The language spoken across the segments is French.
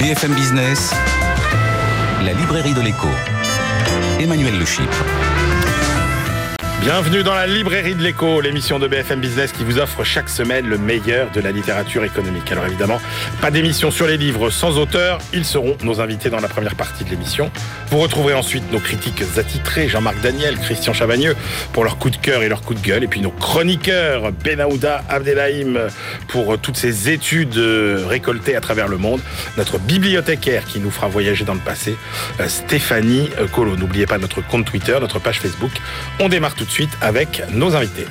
BFM Business, la librairie de l'écho. Emmanuel Le Chypre. Bienvenue dans la librairie de l'écho, l'émission de BFM Business qui vous offre chaque semaine le meilleur de la littérature économique. Alors évidemment, pas d'émission sur les livres sans auteur, ils seront nos invités dans la première partie de l'émission. Vous retrouverez ensuite nos critiques attitrés, Jean-Marc Daniel, Christian Chavagneux, pour leur coup de cœur et leur coup de gueule. Et puis nos chroniqueurs, Benahouda Abdelhaim, pour toutes ces études récoltées à travers le monde. Notre bibliothécaire qui nous fera voyager dans le passé, Stéphanie Colo. N'oubliez pas notre compte Twitter, notre page Facebook. On démarre tout de suite avec nos invités.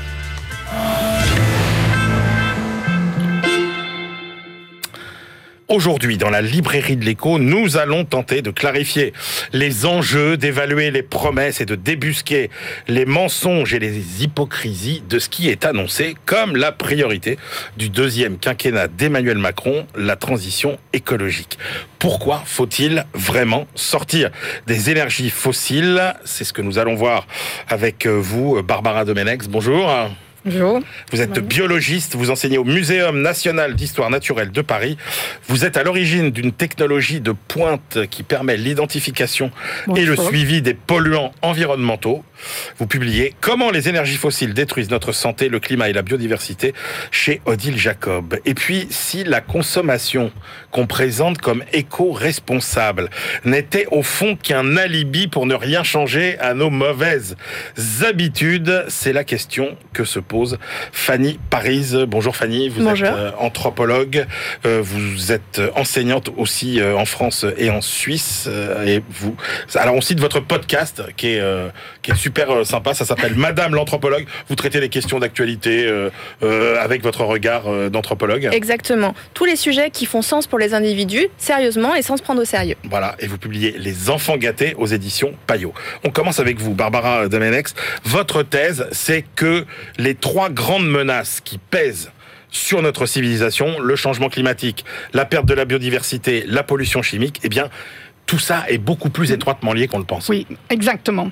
Aujourd'hui, dans la librairie de l'écho, nous allons tenter de clarifier les enjeux, d'évaluer les promesses et de débusquer les mensonges et les hypocrisies de ce qui est annoncé comme la priorité du deuxième quinquennat d'Emmanuel Macron, la transition écologique. Pourquoi faut-il vraiment sortir des énergies fossiles ? C'est ce que nous allons voir avec vous, Barbara Domenech. Bonjour. Bonjour. Vous êtes biologiste, vous enseignez au Muséum national d'histoire naturelle de Paris. Vous êtes à l'origine d'une technologie de pointe qui permet l'identification et le suivi des polluants environnementaux. Vous publiez « Comment les énergies fossiles détruisent notre santé, le climat et la biodiversité » chez Odile Jacob. Et puis, si la consommation qu'on présente comme éco-responsable n'était au fond qu'un alibi pour ne rien changer à nos mauvaises habitudes, c'est la question que se pose Fanny Parise. Bonjour Fanny, vous êtes anthropologue, vous êtes enseignante aussi en France et en Suisse. Et vous, alors on cite votre podcast qui est super sympa, ça s'appelle Madame l'anthropologue. Vous traitez les questions d'actualité avec votre regard d'anthropologue. Exactement. Tous les sujets qui font sens pour les individus, sérieusement et sans se prendre au sérieux. Voilà, et vous publiez Les Enfants gâtés aux éditions Payot. On commence avec vous, Barbara Domenech. Votre thèse, c'est que les trois grandes menaces qui pèsent sur notre civilisation, le changement climatique, la perte de la biodiversité, la pollution chimique, eh bien, tout ça est beaucoup plus étroitement lié qu'on le pense. Oui, exactement.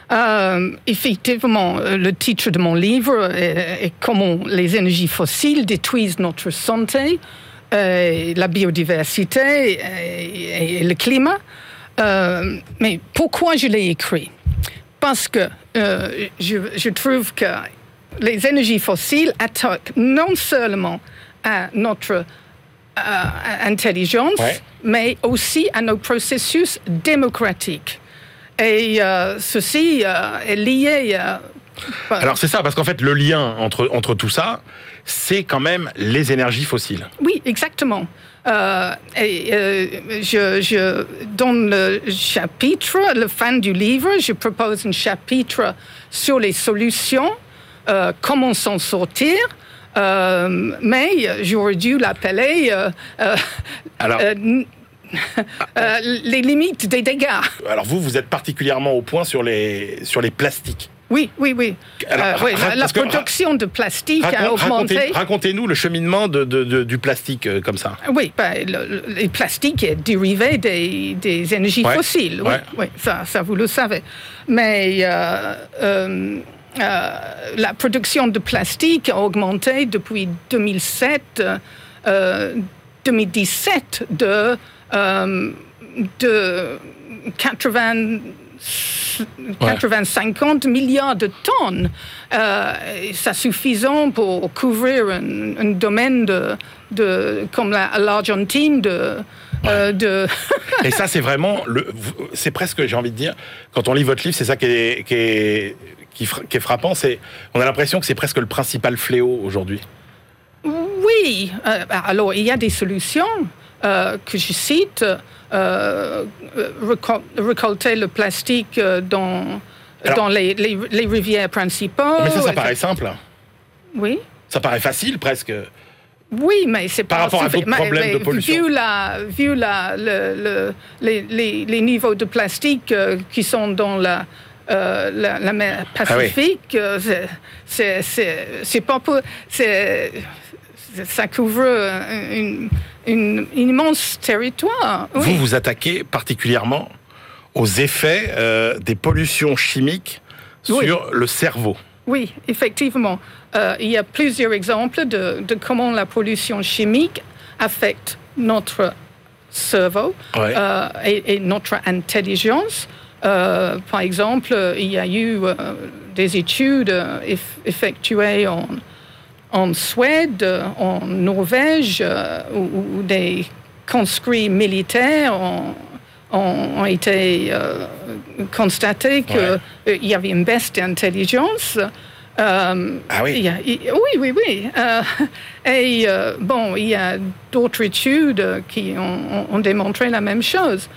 Effectivement, le titre de mon livre est comment les énergies fossiles détruisent notre santé, la biodiversité et le climat. Mais pourquoi je l'ai écrit ? Parce que je trouve que les énergies fossiles attaquent non seulement à notre intelligence, mais aussi à nos processus démocratiques. Et ceci est lié... Alors c'est ça, parce qu'en fait le lien entre tout ça, c'est quand même les énergies fossiles. Oui, exactement. Je dans le chapitre, la fin du livre, je propose un chapitre sur les solutions, comment s'en sortir, mais j'aurais dû l'appeler... les limites des dégâts. Alors vous êtes particulièrement au point sur les plastiques. Oui. Alors, la production de plastique a augmenté. Racontez-nous le cheminement du plastique comme ça. Oui, le plastique est dérivé des énergies fossiles. Oui, ça vous le savez. Mais la production de plastique a augmenté depuis 2017 de 50 milliards de tonnes. C'est suffisant pour couvrir un domaine comme l'Argentine Et ça, c'est vraiment... c'est presque, j'ai envie de dire, quand on lit votre livre, c'est ça qui est frappant. On a l'impression que c'est presque le principal fléau aujourd'hui. Oui. Alors, il y a des solutions que je cite... récolter le plastique dans les rivières principales. Mais ça paraît simple. Oui. Ça paraît facile, presque. Oui, mais c'est par rapport à d'autres problèmes de pollution. Vu les niveaux de plastique qui sont dans la mer Pacifique, c'est pas pour... Ça couvre un immense territoire. Oui. Vous attaquez particulièrement aux effets des pollutions chimiques sur le cerveau. Oui, effectivement. Il y a plusieurs exemples de comment la pollution chimique affecte notre cerveau et notre intelligence. Par exemple, il y a eu des études effectuées en Suède, en Norvège, où des conscrits militaires ont été constatés qu'il y avait une baisse d'intelligence. Oui. Oui. Et il y a d'autres études qui ont démontré la même chose.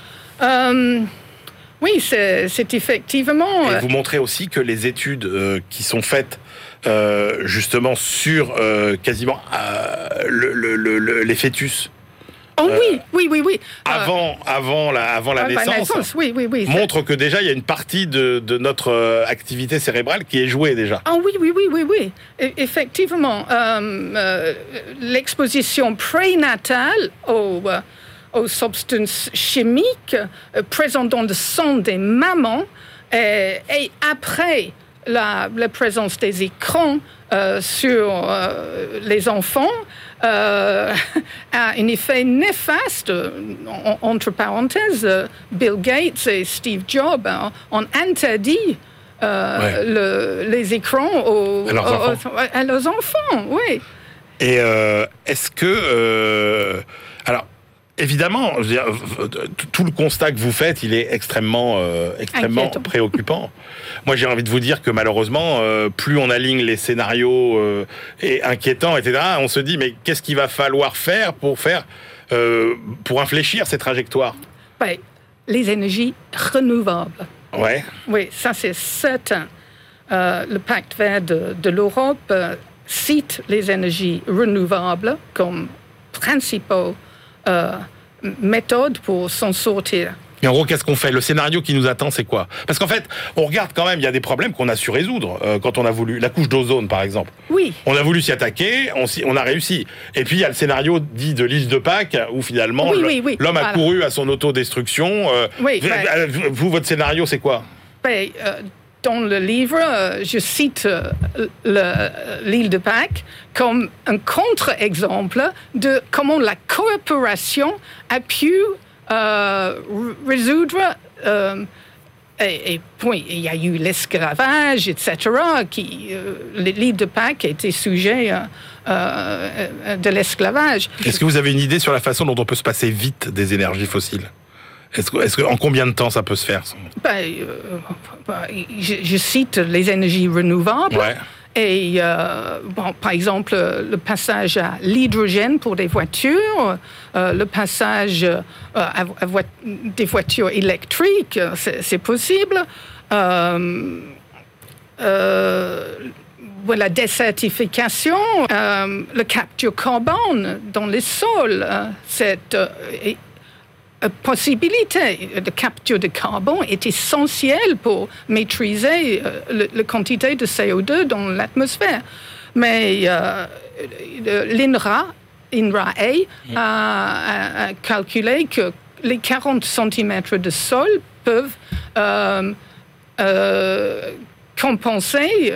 Oui, c'est effectivement... Et vous montrez aussi que les études qui sont faites justement sur quasiment les fœtus... oui. Avant la naissance, oui. montre que déjà il y a une partie de notre activité cérébrale qui est jouée déjà. Oui. Effectivement, l'exposition prénatale aux substances chimiques présentes dans le sang des mamans et après la présence des écrans sur les enfants a un effet néfaste. Entre parenthèses, Bill Gates et Steve Jobs ont interdit les écrans à leurs enfants. Oui. Et est-ce que... alors, évidemment, je veux dire, tout le constat que vous faites, il est extrêmement préoccupant. Moi, j'ai envie de vous dire que malheureusement, plus on aligne les scénarios inquiétants, etc., on se dit, mais qu'est-ce qu'il va falloir faire pour infléchir ces trajectoires ? Les énergies renouvelables. Ouais. Oui, ça c'est certain. Le pacte vert de l'Europe cite les énergies renouvelables comme principaux méthode pour s'en sortir. Et en gros, qu'est-ce qu'on fait ? Le scénario qui nous attend, c'est quoi ? Parce qu'en fait, on regarde quand même, il y a des problèmes qu'on a su résoudre quand on a voulu. La couche d'ozone, par exemple. Oui. On a voulu s'y attaquer, on a réussi. Et puis, il y a le scénario dit de l'île de Pâques, où finalement, l'homme a couru à son autodestruction. Vous, votre scénario, c'est quoi ? Dans le livre, je cite l'île de Pâques comme un contre-exemple de comment la coopération a pu résoudre. Et puis, il y a eu l'esclavage, etc. L'île de Pâques était sujet de l'esclavage. Est-ce que vous avez une idée sur la façon dont on peut se passer vite des énergies fossiles ? Est-ce que en combien de temps ça peut se faire ? Je cite les énergies renouvelables. Ouais. Et par exemple, le passage à l'hydrogène pour des voitures, le passage à des voitures électriques, c'est possible. La désertification, la capture carbone dans les sols, cette possibilité de capture de carbone est essentielle pour maîtriser la quantité de CO2 dans l'atmosphère. Mais l'INRA a calculé que les 40 cm de sol peuvent compenser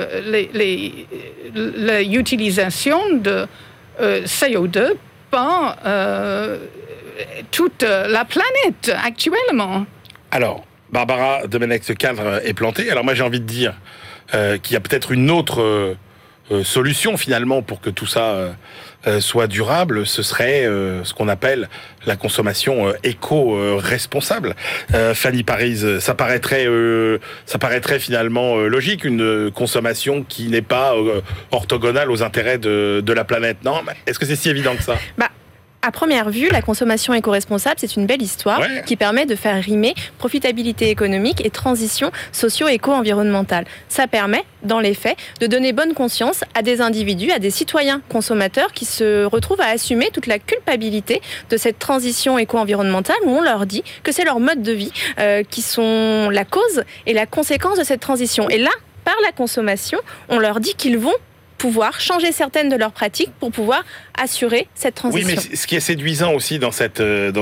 l'utilisation de CO2 par toute la planète actuellement. Alors, Barbara Domenech, ce cadre est planté. Alors moi, j'ai envie de dire qu'il y a peut-être une autre solution finalement pour que tout ça soit durable. Ce serait ce qu'on appelle la consommation éco-responsable. Fanny Parise, ça paraîtrait finalement logique, une consommation qui n'est pas orthogonale aux intérêts de la planète. Non, est-ce que c'est si évident que ça ? À première vue, la consommation éco-responsable, c'est une belle histoire qui permet de faire rimer profitabilité économique et transition socio-éco-environnementale. Ça permet, dans les faits, de donner bonne conscience à des individus, à des citoyens consommateurs qui se retrouvent à assumer toute la culpabilité de cette transition éco-environnementale où on leur dit que c'est leur mode de vie qui sont la cause et la conséquence de cette transition. Et là, par la consommation, on leur dit qu'ils vont pouvoir changer certaines de leurs pratiques pour pouvoir assurer cette transition. Oui, mais ce qui est séduisant aussi dans cette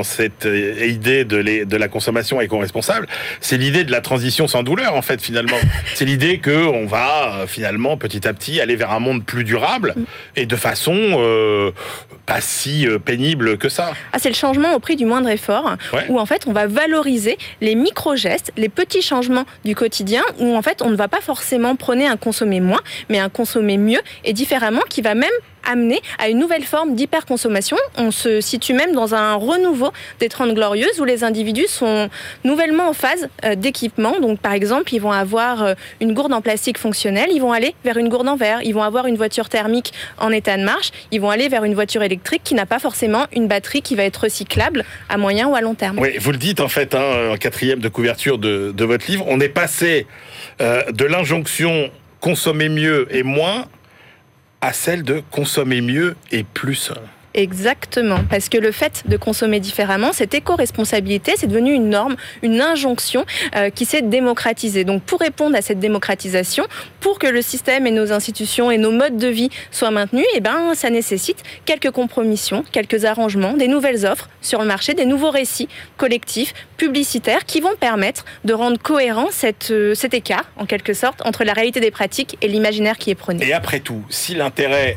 idée de la consommation éco-responsable, c'est l'idée de la transition sans douleur, en fait, finalement. C'est l'idée qu'on va, finalement, petit à petit, aller vers un monde plus durable et de façon pas si pénible que ça. C'est le changement au prix du moindre effort, où en fait, on va valoriser les micro-gestes, les petits changements du quotidien, où en fait, on ne va pas forcément prôner un consommer moins, mais un consommer mieux et différemment, qui va même amener à une nouvelle forme d'hyperconsommation. On se situe même dans un renouveau des 30 Glorieuses où les individus sont nouvellement en phase d'équipement. Donc par exemple, ils vont avoir une gourde en plastique fonctionnelle, ils vont aller vers une gourde en verre, ils vont avoir une voiture thermique en état de marche, ils vont aller vers une voiture électrique qui n'a pas forcément une batterie qui va être recyclable à moyen ou à long terme. Oui, vous le dites en fait, en quatrième de couverture de votre livre, on est passé de l'injonction consommer mieux et moins à celle de consommer mieux et plus. Exactement, parce que le fait de consommer différemment, cette éco-responsabilité, c'est devenu une norme, une injonction qui s'est démocratisée. Donc pour répondre à cette démocratisation, pour que le système et nos institutions et nos modes de vie soient maintenus, ça nécessite quelques compromissions, quelques arrangements, des nouvelles offres sur le marché, des nouveaux récits collectifs, publicitaires, qui vont permettre de rendre cohérent cet écart, en quelque sorte, entre la réalité des pratiques et l'imaginaire qui est prôné. Et après tout, si l'intérêt...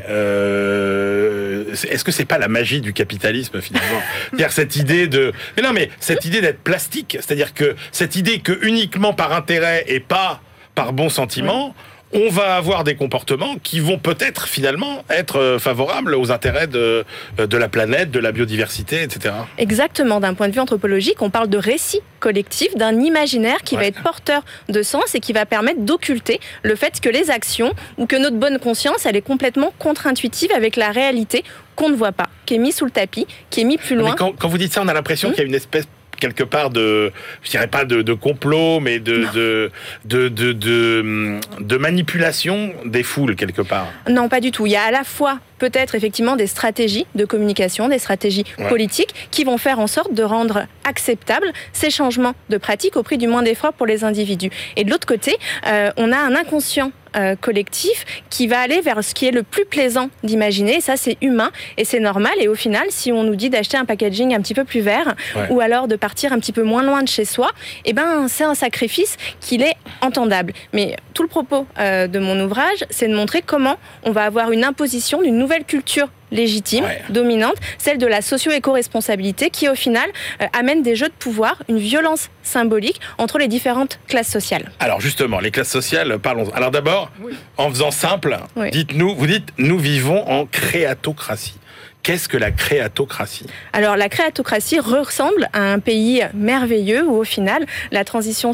est-ce que c'est pas la magie du capitalisme finalement? C'est-à-dire cette idée cette idée d'être plastique, c'est-à-dire que cette idée que uniquement par intérêt et pas par bon sentiment, on va avoir des comportements qui vont peut-être finalement être favorables aux intérêts de la planète, de la biodiversité, etc. Exactement. D'un point de vue anthropologique, on parle de récit collectif, d'un imaginaire qui va être porteur de sens et qui va permettre d'occulter le fait que les actions ou que notre bonne conscience, elle est complètement contre-intuitive avec la réalité qu'on ne voit pas, qui est mise sous le tapis, qui est mise plus loin. Mais quand vous dites ça, on a l'impression qu'il y a une espèce quelque part je dirais pas de complot, mais de manipulation des foules quelque part. Non, pas du tout. Il y a à la fois peut-être effectivement des stratégies de communication, des stratégies politiques qui vont faire en sorte de rendre acceptables ces changements de pratiques au prix du moins d'efforts pour les individus. Et de l'autre côté, on a un inconscient collectif qui va aller vers ce qui est le plus plaisant d'imaginer. Et ça, c'est humain et c'est normal. Et au final, si on nous dit d'acheter un packaging un petit peu plus vert ou alors de partir un petit peu moins loin de chez soi, c'est un sacrifice qu'il est entendable. Mais tout le propos de mon ouvrage, c'est de montrer comment on va avoir une imposition d'une nouvelle culture légitime, dominante, celle de la socio-éco-responsabilité qui, au final, amène des jeux de pouvoir, une violence symbolique entre les différentes classes sociales. Alors justement, les classes sociales, parlons. Alors d'abord, en faisant simple, vous dites, nous vivons en créatocratie. Qu'est-ce que la créatocratie ? Alors, la créatocratie ressemble à un pays merveilleux où, au final, la transition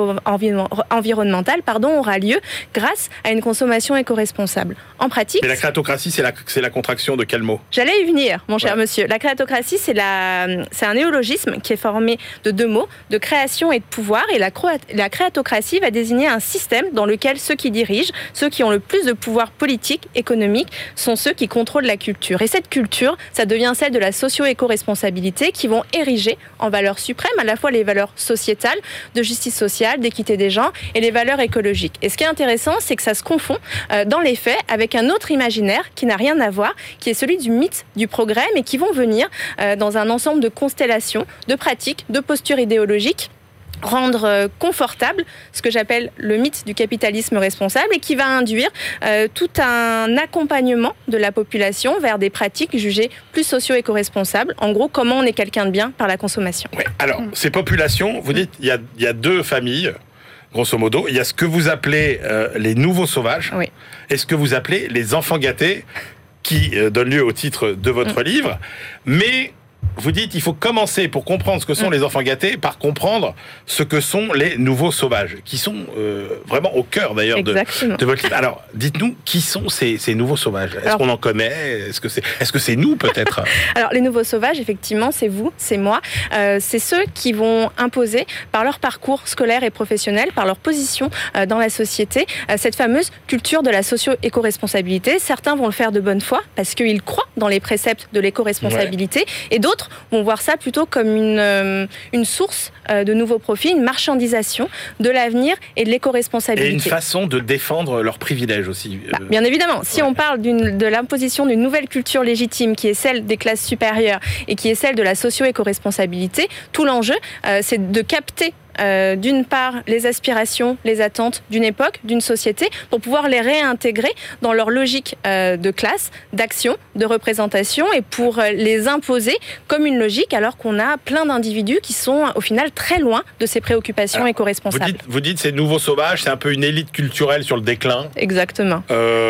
socio-éco-environnementale aura lieu grâce à une consommation éco-responsable. En pratique... Mais la créatocratie, c'est la contraction de quel mot ? J'allais y venir, mon cher monsieur. La créatocratie, c'est un néologisme qui est formé de deux mots, de création et de pouvoir. Et la créatocratie va désigner un système dans lequel ceux qui dirigent, ceux qui ont le plus de pouvoir politique, économique, sont ceux qui contrôlent la culture. Et cette culture, ça devient celle de la socio-éco-responsabilité qui vont ériger en valeurs suprêmes à la fois les valeurs sociétales, de justice sociale, d'équité des genres et les valeurs écologiques. Et ce qui est intéressant, c'est que ça se confond dans les faits avec un autre imaginaire qui n'a rien à voir, qui est celui du mythe du progrès, mais qui vont venir dans un ensemble de constellations, de pratiques, de postures idéologiques, rendre confortable ce que j'appelle le mythe du capitalisme responsable et qui va induire tout un accompagnement de la population vers des pratiques jugées plus socio-éco-responsables. En gros, comment on est quelqu'un de bien par la consommation. Ouais. Alors, ces populations, vous dites, il y a deux familles, grosso modo. Il y a ce que vous appelez les nouveaux sauvages et ce que vous appelez les enfants gâtés qui donnent lieu au titre de votre livre. Mais... vous dites qu'il faut commencer, pour comprendre ce que sont les enfants gâtés, par comprendre ce que sont les nouveaux sauvages, qui sont vraiment au cœur d'ailleurs de votre livre. Alors, dites-nous, qui sont ces nouveaux sauvages ? Est-ce qu'on en connaît ? Est-ce que c'est nous, peut-être ? Alors, les nouveaux sauvages, effectivement, c'est vous, c'est moi. C'est ceux qui vont imposer, par leur parcours scolaire et professionnel, par leur position dans la société, cette fameuse culture de la socio-éco-responsabilité. Certains vont le faire de bonne foi, parce qu'ils croient dans les préceptes de l'éco-responsabilité, et d'autres d'autres vont voir ça plutôt comme une source de nouveaux profits, une marchandisation de l'avenir et de l'éco-responsabilité. Et une façon de défendre leurs privilèges aussi. Bien évidemment, si on parle de l'imposition d'une nouvelle culture légitime qui est celle des classes supérieures et qui est celle de la socio-éco-responsabilité, tout l'enjeu, c'est de capter d'une part les aspirations, les attentes d'une époque, d'une société, pour pouvoir les réintégrer dans leur logique de classe, d'action, de représentation, et pour les imposer comme une logique, alors qu'on a plein d'individus qui sont au final très loin de ces préoccupations éco-responsables. Vous dites ces nouveaux sauvages, c'est un peu une élite culturelle sur le déclin. Exactement.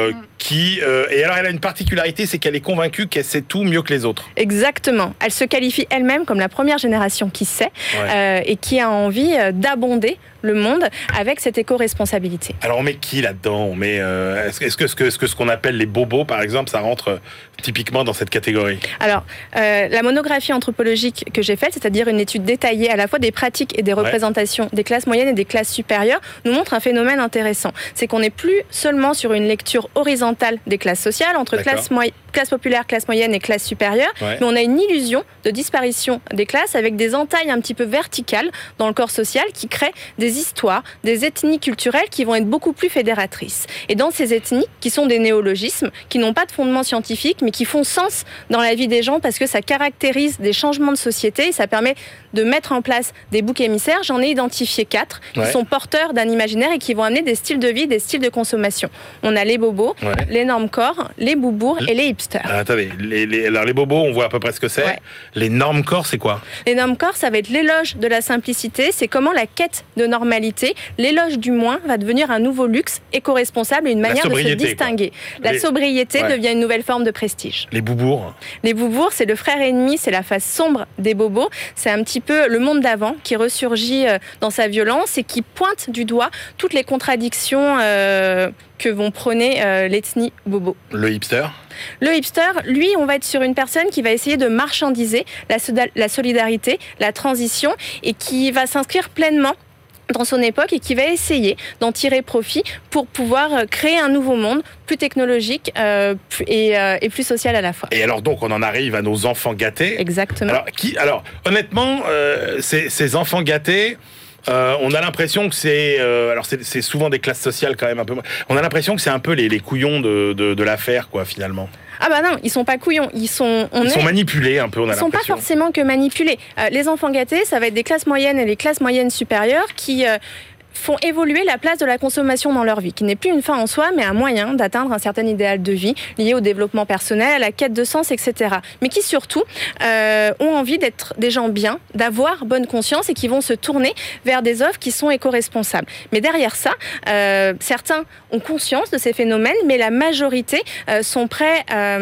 Et alors elle a une particularité, c'est qu'elle est convaincue qu'elle sait tout mieux que les autres. Exactement. Elle se qualifie elle-même comme la première génération qui sait et qui a envie d'abonder le monde avec cette éco-responsabilité. Alors on met qui là-dedans ? On met est-ce que ce qu'on appelle les bobos, par exemple, ça rentre typiquement dans cette catégorie ? Alors, la monographie anthropologique que j'ai faite, c'est-à-dire une étude détaillée à la fois des pratiques et des représentations des classes moyennes et des classes supérieures, nous montre un phénomène intéressant. C'est qu'on n'est plus seulement sur une lecture horizontale des classes sociales, entre classe populaire, classe moyenne et classe supérieure, mais on a une illusion de disparition des classes avec des entailles un petit peu verticales dans le corps social qui créent des histoires, des ethnies culturelles qui vont être beaucoup plus fédératrices. Et dans ces ethnies, qui sont des néologismes, qui n'ont pas de fondement scientifique, mais qui font sens dans la vie des gens parce que ça caractérise des changements de société et ça permet de mettre en place des boucs émissaires. J'en ai identifié 4 qui sont porteurs d'un imaginaire et qui vont amener des styles de vie, des styles de consommation. On a les bobos, les normes-corps, les boubours et les hipsters. Attendez, alors les bobos, on voit à peu près ce que c'est. Les normes-corps, c'est quoi ? Les normes-corps, ça va être l'éloge de la simplicité. C'est comment la quête de normalité, l'éloge du moins, va devenir un nouveau luxe éco-responsable et une manière de se distinguer. La sobriété devient une nouvelle forme de prestige. Les boubours ? Les boubours, c'est le frère ennemi, c'est la face sombre des bobos. C'est un petit peu le monde d'avant qui ressurgit dans sa violence et qui pointe du doigt toutes les contradictions que vont prôner l'ethnie bobo. Le hipster ? Le hipster, lui, on va être sur une personne qui va essayer de marchandiser la solidarité, la transition, et qui va s'inscrire pleinement dans son époque et qui va essayer d'en tirer profit pour pouvoir créer un nouveau monde plus technologique et plus social à la fois. Et alors donc on en arrive à nos enfants gâtés. Exactement. Alors honnêtement, ces enfants gâtés, on a l'impression que c'est souvent des classes sociales quand même un peu. On a l'impression que c'est un peu les couillons de l'affaire quoi finalement. Ah bah non, ils sont pas couillons, ils sont manipulés un peu, on a l'impression. Ils sont pas forcément que manipulés. Les enfants gâtés, ça va être des classes moyennes et les classes moyennes supérieures qui font évoluer la place de la consommation dans leur vie, qui n'est plus une fin en soi, mais un moyen d'atteindre un certain idéal de vie lié au développement personnel, à la quête de sens, etc. Mais qui surtout ont envie d'être des gens bien, d'avoir bonne conscience et qui vont se tourner vers des offres qui sont éco-responsables. Mais derrière ça, certains ont conscience de ces phénomènes, mais la majorité sont prêts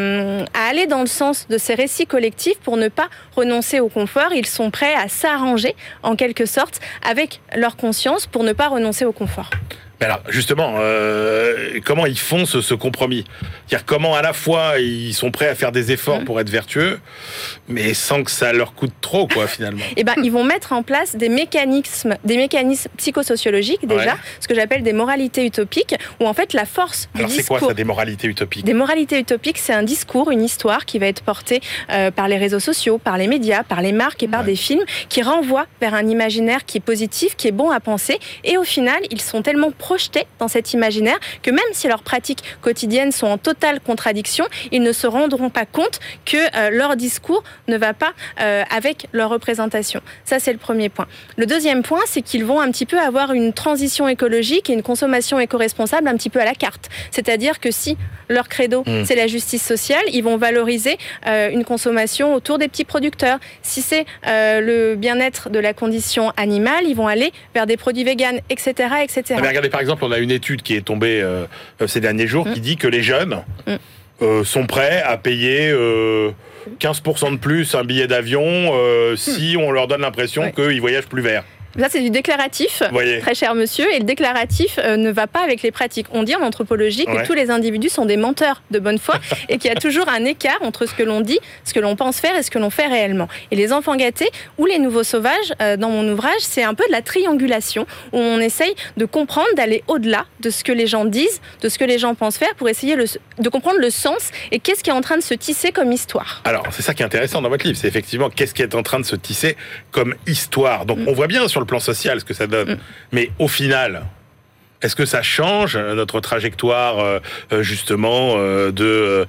à aller dans le sens de ces récits collectifs pour ne pas renoncer au confort. Ils sont prêts à s'arranger, en quelque sorte, avec leur conscience pour ne pas renoncer au confort. Mais alors, justement, comment ils font ce compromis ? C'est-à-dire comment à la fois ils sont prêts à faire des efforts pour être vertueux, mais sans que ça leur coûte trop, quoi, finalement. Eh ben, ils vont mettre en place des mécanismes psychosociologiques, déjà, ce que j'appelle des moralités utopiques, où en fait la force du discours... Alors c'est quoi ça, des moralités utopiques ? Des moralités utopiques, c'est un discours, une histoire qui va être portée par les réseaux sociaux, par les médias, par les marques et par des films, qui renvoient vers un imaginaire qui est positif, qui est bon à penser, et au final, ils sont tellement projetés dans cet imaginaire que même si leurs pratiques quotidiennes sont en totale contradiction, ils ne se rendront pas compte que leur discours ne va pas avec leur représentation. Ça, c'est le premier point. Le deuxième point, c'est qu'ils vont un petit peu avoir une transition écologique et une consommation éco-responsable un petit peu à la carte. C'est-à-dire que si leur credo, c'est la justice sociale, ils vont valoriser une consommation autour des petits producteurs. Si c'est le bien-être de la condition animale, ils vont aller vers des produits véganes, etc., etc. Mais regardez, par exemple, on a une étude qui est tombée ces derniers jours qui dit que les jeunes sont prêts à payer 15% de plus un billet d'avion si on leur donne l'impression qu'ils voyagent plus vert. Ça, c'est du déclaratif, très cher monsieur, et le déclaratif ne va pas avec les pratiques. On dit en anthropologie que tous les individus sont des menteurs de bonne foi et qu'il y a toujours un écart entre ce que l'on dit, ce que l'on pense faire et ce que l'on fait réellement. Et les enfants gâtés ou les nouveaux sauvages, dans mon ouvrage, c'est un peu de la triangulation où on essaye de comprendre, d'aller au-delà de ce que les gens disent, de ce que les gens pensent faire pour essayer de comprendre le sens et qu'est-ce qui est en train de se tisser comme histoire. Alors, c'est ça qui est intéressant dans votre livre, c'est effectivement qu'est-ce qui est en train de se tisser comme histoire. Donc, on voit bien sur le plan social ce que ça donne. Mais au final, est-ce que ça change notre trajectoire justement de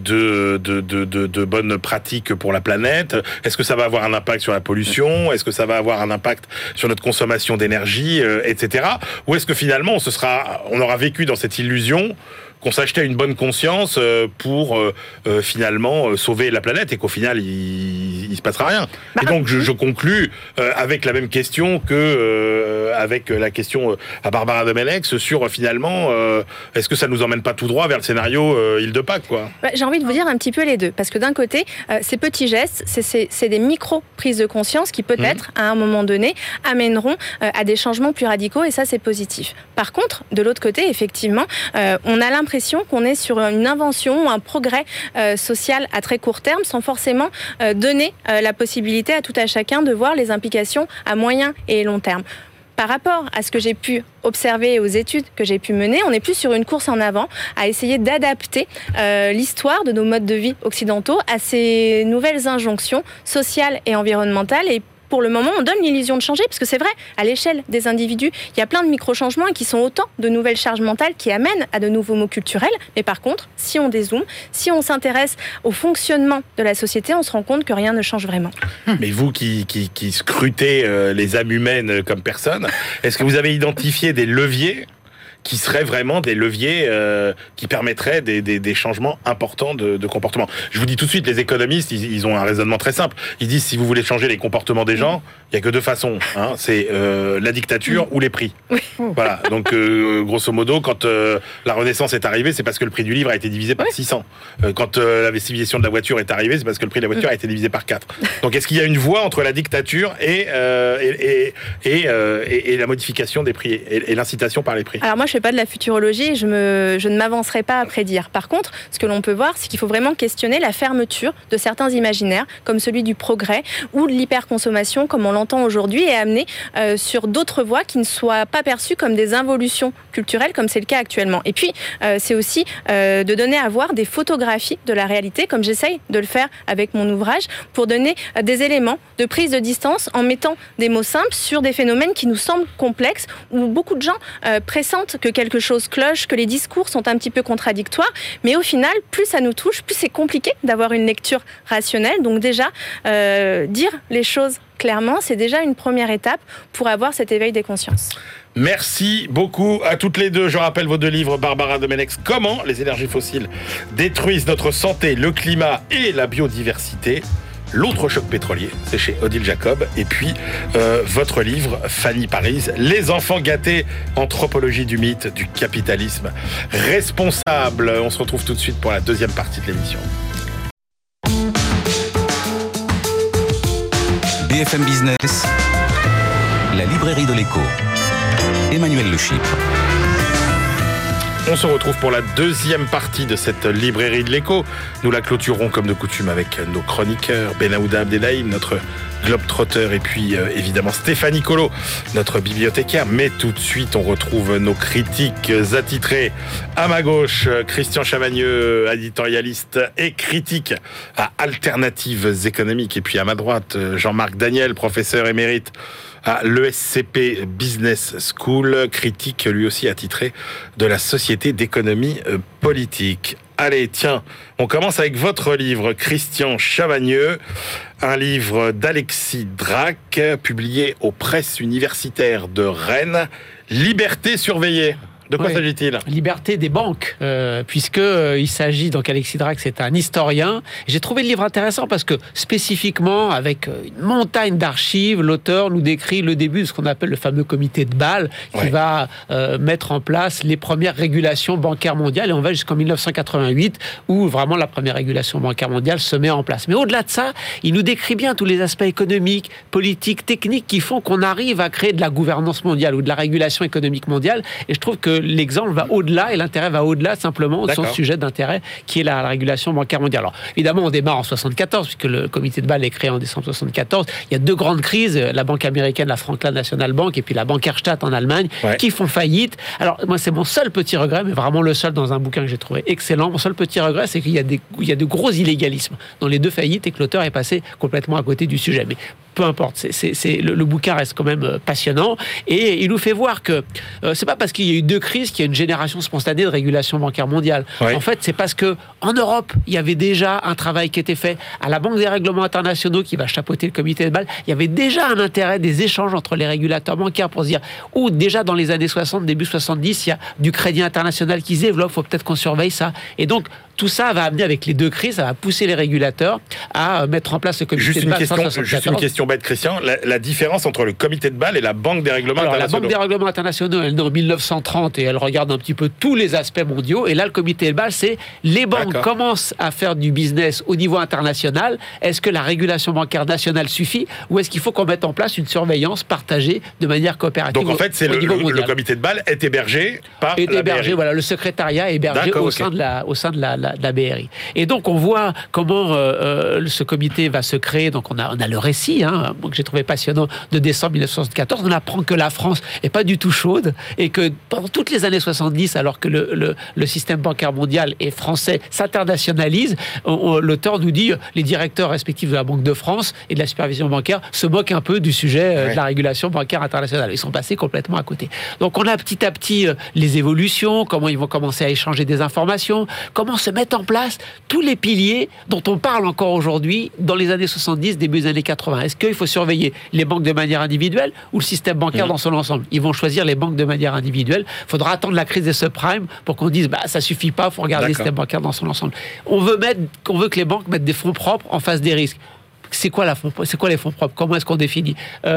bonnes pratiques pour la planète? Est-ce que ça va avoir un impact sur la pollution? Est-ce que ça va avoir un impact sur notre consommation d'énergie, etc. Ou est-ce que finalement on aura vécu dans cette illusion qu'on s'achetait une bonne conscience pour finalement sauver la planète et qu'au final il se passera rien. Et donc je conclus avec la même question que avec la question à Barbara Domenech sur finalement est-ce que ça nous emmène pas tout droit vers le scénario Île de Pâques, quoi? J'ai envie de vous dire un petit peu les deux, parce que d'un côté ces petits gestes, c'est des micro prises de conscience qui peut-être à un moment donné amèneront à des changements plus radicaux, et ça c'est positif. Par contre, de l'autre côté, effectivement, on a l'impression qu'on est sur une invention ou un progrès social à très court terme sans forcément donner la possibilité à tout à chacun de voir les implications à moyen et long terme. Par rapport à ce que j'ai pu observer et aux études que j'ai pu mener, on est plus sur une course en avant à essayer d'adapter l'histoire de nos modes de vie occidentaux à ces nouvelles injonctions sociales et environnementales. Et pour le moment, on donne l'illusion de changer, parce que c'est vrai, à l'échelle des individus, il y a plein de micro-changements qui sont autant de nouvelles charges mentales qui amènent à de nouveaux mots culturels. Mais par contre, si on dézoome, si on s'intéresse au fonctionnement de la société, on se rend compte que rien ne change vraiment. Mais vous qui scrutez les âmes humaines comme personne, est-ce que vous avez identifié des leviers qui seraient vraiment des leviers qui permettraient des changements importants de comportement? Je vous dis tout de suite, les économistes, ils ont un raisonnement très simple. Ils disent, si vous voulez changer les comportements des gens, il n'y a que deux façons. C'est la dictature ou les prix. Voilà. Donc, grosso modo, quand la Renaissance est arrivée, c'est parce que le prix du livre a été divisé par 600. Quand la civilisation de la voiture est arrivée, c'est parce que le prix de la voiture a été divisé par 4. Donc, est-ce qu'il y a une voie entre la dictature et la modification des prix et l'incitation par les prix? Alors moi, je fais pas de la futurologie, je ne m'avancerai pas à prédire. Par contre, ce que l'on peut voir, c'est qu'il faut vraiment questionner la fermeture de certains imaginaires, comme celui du progrès ou de l'hyperconsommation, comme on l'entend aujourd'hui, et amener sur d'autres voies qui ne soient pas perçues comme des involutions culturelles, comme c'est le cas actuellement. Et puis, c'est aussi de donner à voir des photographies de la réalité, comme j'essaye de le faire avec mon ouvrage, pour donner des éléments de prise de distance en mettant des mots simples sur des phénomènes qui nous semblent complexes, où beaucoup de gens pressentent que quelque chose cloche, que les discours sont un petit peu contradictoires, mais au final, plus ça nous touche, plus c'est compliqué d'avoir une lecture rationnelle. Donc déjà, dire les choses clairement, c'est déjà une première étape pour avoir cet éveil des consciences. Merci beaucoup à toutes les deux. Je rappelle vos deux livres, Barbara Domenech, Comment les énergies fossiles détruisent notre santé, le climat et la biodiversité. L'autre choc pétrolier, c'est chez Odile Jacob. Et puis, votre livre, Fanny Parise, Les enfants gâtés, anthropologie du mythe, du capitalisme responsable. On se retrouve tout de suite pour la deuxième partie de l'émission. BFM Business, la librairie de l'écho. Emmanuel Le Chypre. On se retrouve pour la deuxième partie de cette librairie de l'écho. Nous la clôturons comme de coutume avec nos chroniqueurs, Benaouda Abdelhaim, notre globe-trotter, et puis évidemment Stéphanie Colo, notre bibliothécaire. Mais tout de suite, on retrouve nos critiques attitrés. À ma gauche, Christian Chavagneux, éditorialiste et critique à Alternatives économiques. Et puis à ma droite, Jean-Marc Daniel, professeur émérite à l'ESCP Business School, critique lui aussi attitré de la Société d'économie politique. Allez, tiens, on commence avec votre livre, Christian Chavagneux, un livre d'Alexis Drac, publié aux presses universitaires de Rennes, Liberté surveillée. De quoi s'agit-il ? Liberté des banques, puisque il s'agit, donc Alexis Drax est un historien. J'ai trouvé le livre intéressant parce que spécifiquement, avec une montagne d'archives, l'auteur nous décrit le début de ce qu'on appelle le fameux comité de Bâle, qui va mettre en place les premières régulations bancaires mondiales, et on va jusqu'en 1988, où vraiment la première régulation bancaire mondiale se met en place. Mais au-delà de ça, il nous décrit bien tous les aspects économiques, politiques, techniques qui font qu'on arrive à créer de la gouvernance mondiale ou de la régulation économique mondiale. Et je trouve que l'exemple va au-delà et l'intérêt va au-delà simplement de son sujet d'intérêt qui est la régulation bancaire mondiale. Alors évidemment, on démarre en 74 puisque le comité de Bâle est créé en décembre 74. Il y a deux grandes crises, la banque américaine, la Franklin National Bank, et puis la banque Erstadt en Allemagne, qui font faillite. Alors moi, c'est mon seul petit regret, mais vraiment le seul dans un bouquin que j'ai trouvé excellent. Mon seul petit regret, c'est qu'il y a de gros illégalismes dans les deux faillites et que l'auteur est passé complètement à côté du sujet. Mais peu importe, le bouquin reste quand même passionnant et il nous fait voir que c'est pas parce qu'il y a eu deux crises qu'il y a une génération spontanée de régulation bancaire mondiale. En fait, c'est parce que en Europe, il y avait déjà un travail qui était fait à la Banque des règlements internationaux qui va chapeauter le comité de Bâle. Il y avait déjà un intérêt des échanges entre les régulateurs bancaires pour se dire déjà dans les années 60, début 70, il y a du crédit international qui se développe, faut peut-être qu'on surveille ça. Et donc tout ça va amener avec les deux crises, ça va pousser les régulateurs à mettre en place ce comité de Bâle. Juste une question bête, Christian. La différence entre le comité de Bâle et la Banque des règlements internationaux. La Banque des règlements internationaux, elle est née en 1930 et elle regarde un petit peu tous les aspects mondiaux. Et là, le comité de Bâle, c'est les banques commencent à faire du business au niveau international. Est-ce que la régulation bancaire nationale suffit ou est-ce qu'il faut qu'on mette en place une surveillance partagée de manière coopérative? Donc en fait, c'est le comité de Bâle est hébergé par la BRI. Voilà, le secrétariat est hébergé au sein de la BRI. Et donc on voit comment ce comité va se créer. Donc on a le récit, que j'ai trouvé passionnant, de décembre 1974. On apprend que la France est pas du tout chaude et que pendant toutes les années 70, alors que le système bancaire mondial et français s'internationalise, l'auteur nous dit les directeurs respectifs de la Banque de France et de la supervision bancaire se moquent un peu du sujet de la régulation bancaire internationale. Ils sont passés complètement à côté. Donc on a petit à petit les évolutions, comment ils vont commencer à échanger des informations, comment se mettre en place tous les piliers dont on parle encore aujourd'hui dans les années 70, début des années 80. Est-ce qu'il faut surveiller les banques de manière individuelle ou le système bancaire dans son ensemble? Ils vont choisir les banques de manière individuelle. Il faudra attendre la crise des subprimes pour qu'on dise ça suffit pas, il faut regarder le système bancaire dans son ensemble. On veut que les banques mettent des fonds propres en face des risques. C'est quoi les fonds propres? Comment est-ce qu'on définit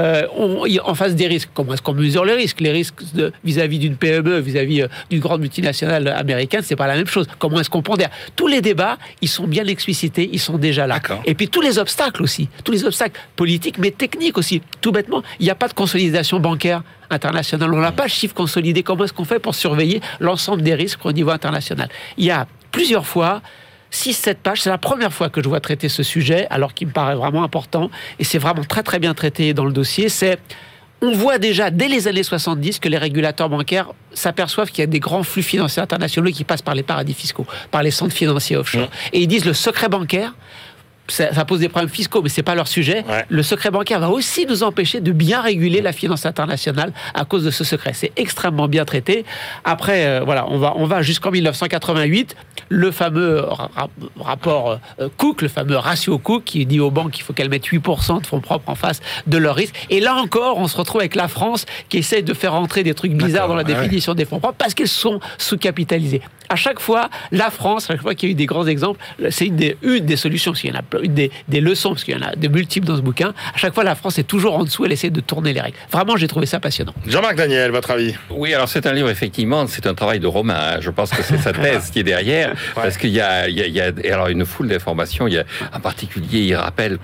en face des risques? Comment est-ce qu'on mesure les risques? Les risques vis-à-vis d'une PME, vis-à-vis d'une grande multinationale américaine, c'est pas la même chose. Comment est-ce qu'on pondère? Tous les débats, ils sont bien explicités, ils sont déjà là. Et puis tous les obstacles aussi, tous les obstacles politiques, mais techniques aussi. Tout bêtement, il n'y a pas de consolidation bancaire internationale. On n'a pas de chiffre consolidé. Comment est-ce qu'on fait pour surveiller l'ensemble des risques au niveau international? Il y a plusieurs fois 6-7 pages, c'est la première fois que je vois traiter ce sujet, alors qu'il me paraît vraiment important, et c'est vraiment très très bien traité dans le dossier. On voit déjà dès les années 70 que les régulateurs bancaires s'aperçoivent qu'il y a des grands flux financiers internationaux qui passent par les paradis fiscaux, par les centres financiers offshore. Et ils disent le secret bancaire, ça pose des problèmes fiscaux, mais c'est pas leur sujet. Le secret bancaire va aussi nous empêcher de bien réguler la finance internationale à cause de ce secret. C'est extrêmement bien traité. Après, on va jusqu'en 1988. Le fameux rapport Cook, le fameux ratio Cook, qui dit aux banques qu'il faut qu'elles mettent 8% de fonds propres en face de leurs risques. Et là encore, on se retrouve avec la France qui essaie de faire entrer des trucs bizarres dans la définition des fonds propres parce qu'elles sont sous-capitalisées. À chaque fois, la France, à chaque fois qu'il y a eu des grands exemples, c'est une des solutions, parce qu'il y en a des leçons, parce qu'il y en a de multiples dans ce bouquin. À chaque fois, la France est toujours en dessous, elle essaie de tourner les règles. Vraiment, j'ai trouvé ça passionnant. Jean-Marc Daniel, votre avis? Oui, alors c'est un livre, effectivement, c'est un travail de Romain. Je pense que c'est sa thèse qui est derrière, parce qu'il y a alors une foule d'informations. Il y a, en particulier, il rappelle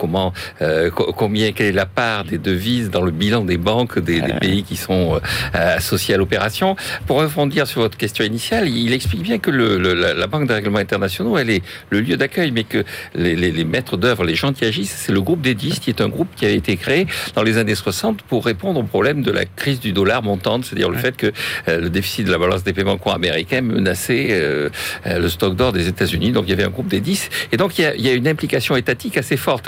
quelle est la part des devises dans le bilan des banques des pays qui sont associés à l'opération. Pour rebondir sur votre question initiale, il explique bien que la Banque des règlements internationaux, elle est le lieu d'accueil, mais que les maîtres d'œuvre, les gens qui agissent, c'est le groupe des 10, qui est un groupe qui a été créé dans les années 60 pour répondre au problème de la crise du dollar montante, c'est-à-dire le fait que le déficit de la balance des paiements courants américains menaçait le stock d'or des États-Unis. Donc il y avait un groupe des 10, et donc il y a une implication étatique assez forte.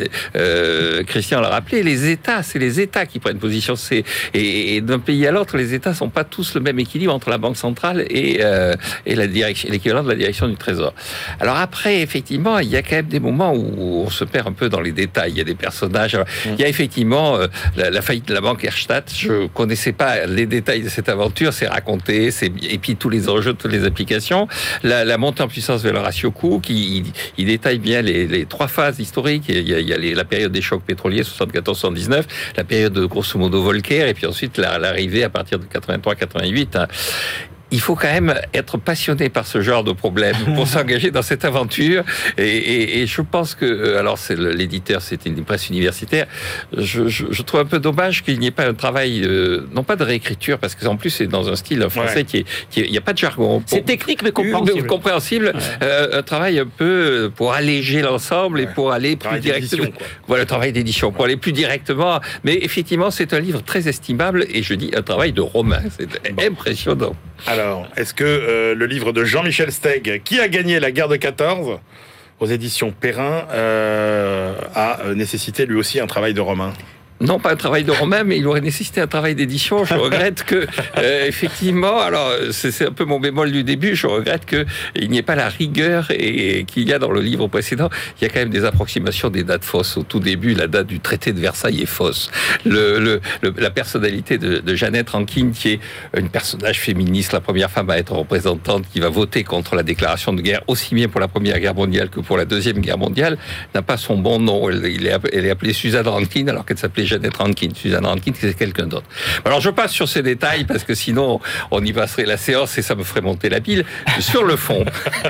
Christian l'a rappelé, c'est les États qui prennent position. Et d'un pays à l'autre, les États sont pas tous le même équilibre entre la Banque centrale et l'équivalent de la direction du Trésor. Alors après, effectivement, il y a quand même des moments où on se perd un peu dans les détails. Il y a des personnages. Il y a effectivement la faillite de la banque Erstadt. Je connaissais pas les détails de cette aventure. C'est raconté, et puis tous les enjeux, toutes les applications. La montée en puissance vers le ratio coût, qui il détaille bien les trois phases historiques. Il y a la période des chocs pétroliers 74-79, la période de grosso modo Volcker, et puis ensuite l'arrivée à partir de 83-88. Il faut quand même être passionné par ce genre de problème pour s'engager dans cette aventure. Et je pense que, alors c'est l'éditeur, c'est une presse universitaire. Je trouve un peu dommage qu'il n'y ait pas un travail, non pas de réécriture, parce que en plus c'est dans un style français il n'y a pas de jargon. C'est technique mais compréhensible. Compréhensible. Un travail un peu pour alléger l'ensemble et pour aller plus directement. Voilà, le travail d'édition, pour aller plus directement. Mais effectivement, c'est un livre très estimable et je dis un travail de romain. C'est impressionnant. Alors, est-ce que le livre de Jean-Michel Steig, qui a gagné la guerre de 14, aux éditions Perrin, a nécessité lui aussi un travail de romain ? Non, pas un travail de romain, mais il aurait nécessité un travail d'édition. Je regrette que, effectivement, alors c'est un peu mon bémol du début, je regrette qu'il n'y ait pas la rigueur et qu'il y a dans le livre précédent. Il y a quand même des approximations des dates fausses. Au tout début, la date du traité de Versailles est fausse. La personnalité de Jeannette Rankine, qui est une personnage féministe, la première femme à être représentante, qui va voter contre la déclaration de guerre, aussi bien pour la Première Guerre mondiale que pour la Deuxième Guerre mondiale, n'a pas son bon nom. Elle est appelée Suzanne Rankine, alors qu'elle s'appelait Jeannette Rankine. Suzanne Rankine, c'est quelqu'un d'autre. Alors je passe sur ces détails parce que sinon on y passerait la séance et ça me ferait monter la pile. Sur le fond,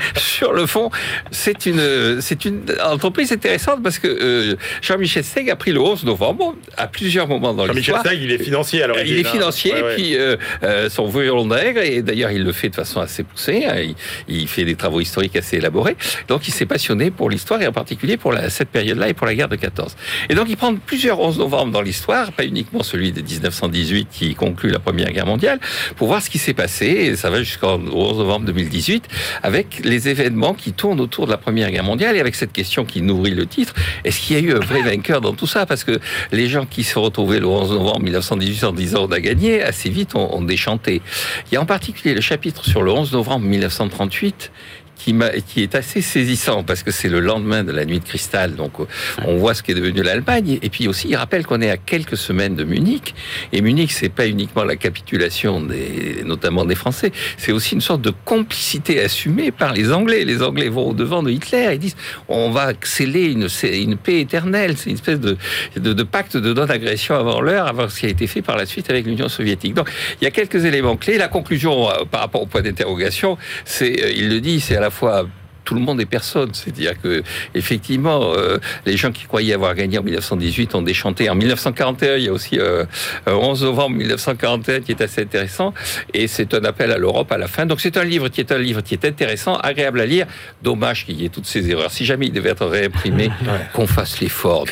c'est une entreprise intéressante parce que Jean-Michel Steig a pris le 11 novembre à plusieurs moments dans l'histoire. Jean-Michel Steig, il est financier alors. Il est financier, puis son violon d'aigle, et d'ailleurs il le fait de façon assez poussée. Il fait des travaux historiques assez élaborés. Donc il s'est passionné pour l'histoire et en particulier pour cette période-là et pour la guerre de 14. Et donc il prend plusieurs 11 novembre dans l'histoire, pas uniquement celui de 1918 qui conclut la Première Guerre mondiale, pour voir ce qui s'est passé, et ça va jusqu'au 11 novembre 2018, avec les événements qui tournent autour de la Première Guerre mondiale, et avec cette question qui nourrit le titre, est-ce qu'il y a eu un vrai vainqueur dans tout ça ? Parce que les gens qui se retrouvaient le 11 novembre 1918 en disant on a gagné, assez vite ont déchanté. Il y a en particulier le chapitre sur le 11 novembre 1938, qui est assez saisissant parce que c'est le lendemain de la nuit de cristal, donc on voit ce qu'est devenu l'Allemagne, et puis aussi il rappelle qu'on est à quelques semaines de Munich, et Munich c'est pas uniquement la capitulation notamment des Français, c'est aussi une sorte de complicité assumée par les Anglais. Les Anglais vont au devant de Hitler et disent on va sceller une paix éternelle, c'est une espèce de pacte de non-agression avant l'heure, avant ce qui a été fait par la suite avec l'Union soviétique. Donc il y a quelques éléments clés. La conclusion par rapport au point d'interrogation, il le dit, c'est à la fois tout le monde et personne. C'est-à-dire que, effectivement, les gens qui croyaient avoir gagné en 1918 ont déchanté. En 1941, il y a aussi 11 novembre 1941 qui est assez intéressant, et c'est un appel à l'Europe à la fin. Donc c'est un livre qui est intéressant, agréable à lire. Dommage qu'il y ait toutes ces erreurs. Si jamais il devait être réimprimé, qu'on fasse l'effort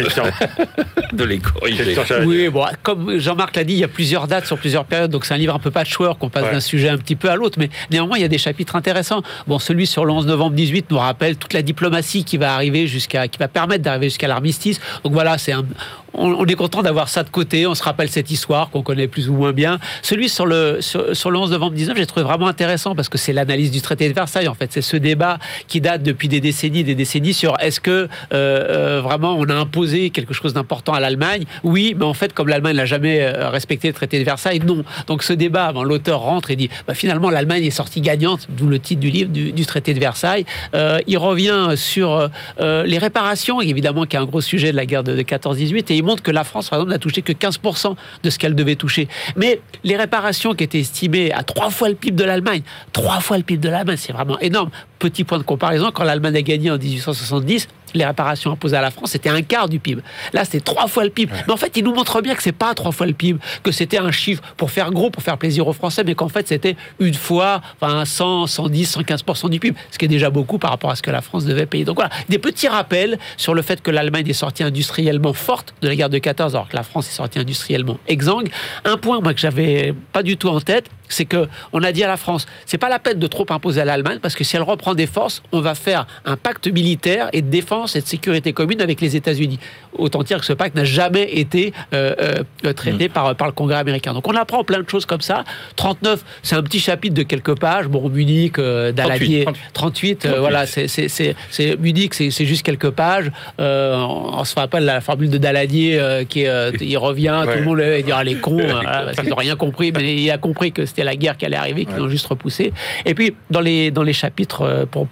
de les corriger. Oui, bon, comme Jean-Marc l'a dit, il y a plusieurs dates sur plusieurs périodes, donc c'est un livre un peu patchwork, qu'on passe d'un sujet un petit peu à l'autre, mais néanmoins il y a des chapitres intéressants. Bon, celui sur le 11 novembre 18 nous rappelle toute la diplomatie qui va permettre d'arriver jusqu'à l'armistice. Donc voilà, on est content d'avoir ça de côté. On se rappelle cette histoire qu'on connaît plus ou moins bien. Celui sur le 11 novembre 19, j'ai trouvé vraiment intéressant parce que c'est l'analyse du traité de Versailles. En fait, c'est ce débat qui date depuis des décennies sur est-ce que vraiment on a imposé quelque chose d'important à l'Allemagne ? Oui, mais en fait, comme l'Allemagne n'a jamais respecté le traité de Versailles, non. Donc ce débat, l'auteur rentre et dit finalement l'Allemagne est sortie gagnante, d'où le titre du livre du traité de Versailles. Il revient sur les réparations, évidemment, qui est un gros sujet de la guerre de 14-18, et il montre que la France, par exemple, n'a touché que 15% de ce qu'elle devait toucher. Mais les réparations qui étaient estimées à 3 fois le PIB de l'Allemagne, c'est vraiment énorme. Petit point de comparaison, quand l'Allemagne a gagné en 1870, les réparations imposées à la France, c'était 1/4 du PIB. Là, c'était 3 fois le PIB. Mais en fait, il nous montre bien que c'est pas 3 fois le PIB, que c'était un chiffre pour faire gros, pour faire plaisir aux Français, mais qu'en fait, c'était une fois, 100, 110, 115% du PIB, ce qui est déjà beaucoup par rapport à ce que la France devait payer. Donc voilà, des petits rappels sur le fait que l'Allemagne est sortie industriellement forte de la guerre de 14, alors que la France est sortie industriellement exsangue. Un point, moi, que j'avais pas du tout en tête, c'est que on a dit à la France, c'est pas la peine de trop imposer à l'Allemagne, parce que si elle reprend des forces, on va faire un pacte militaire et de défense défense et de sécurité commune avec les États-Unis. Autant dire que ce pacte n'a jamais été traité par le Congrès américain. Donc on apprend plein de choses comme ça. 39, c'est un petit chapitre de quelques pages. Bon, Munich, Daladier, 38, voilà, c'est Munich, c'est juste quelques pages. On se rappelle la formule de Daladier il revient, tout le monde va dire les cons, parce qu'ils n'ont rien compris, mais il a compris que c'était la guerre qui allait arriver, qu'ils l'ont juste repoussé. Et puis dans les chapitres pour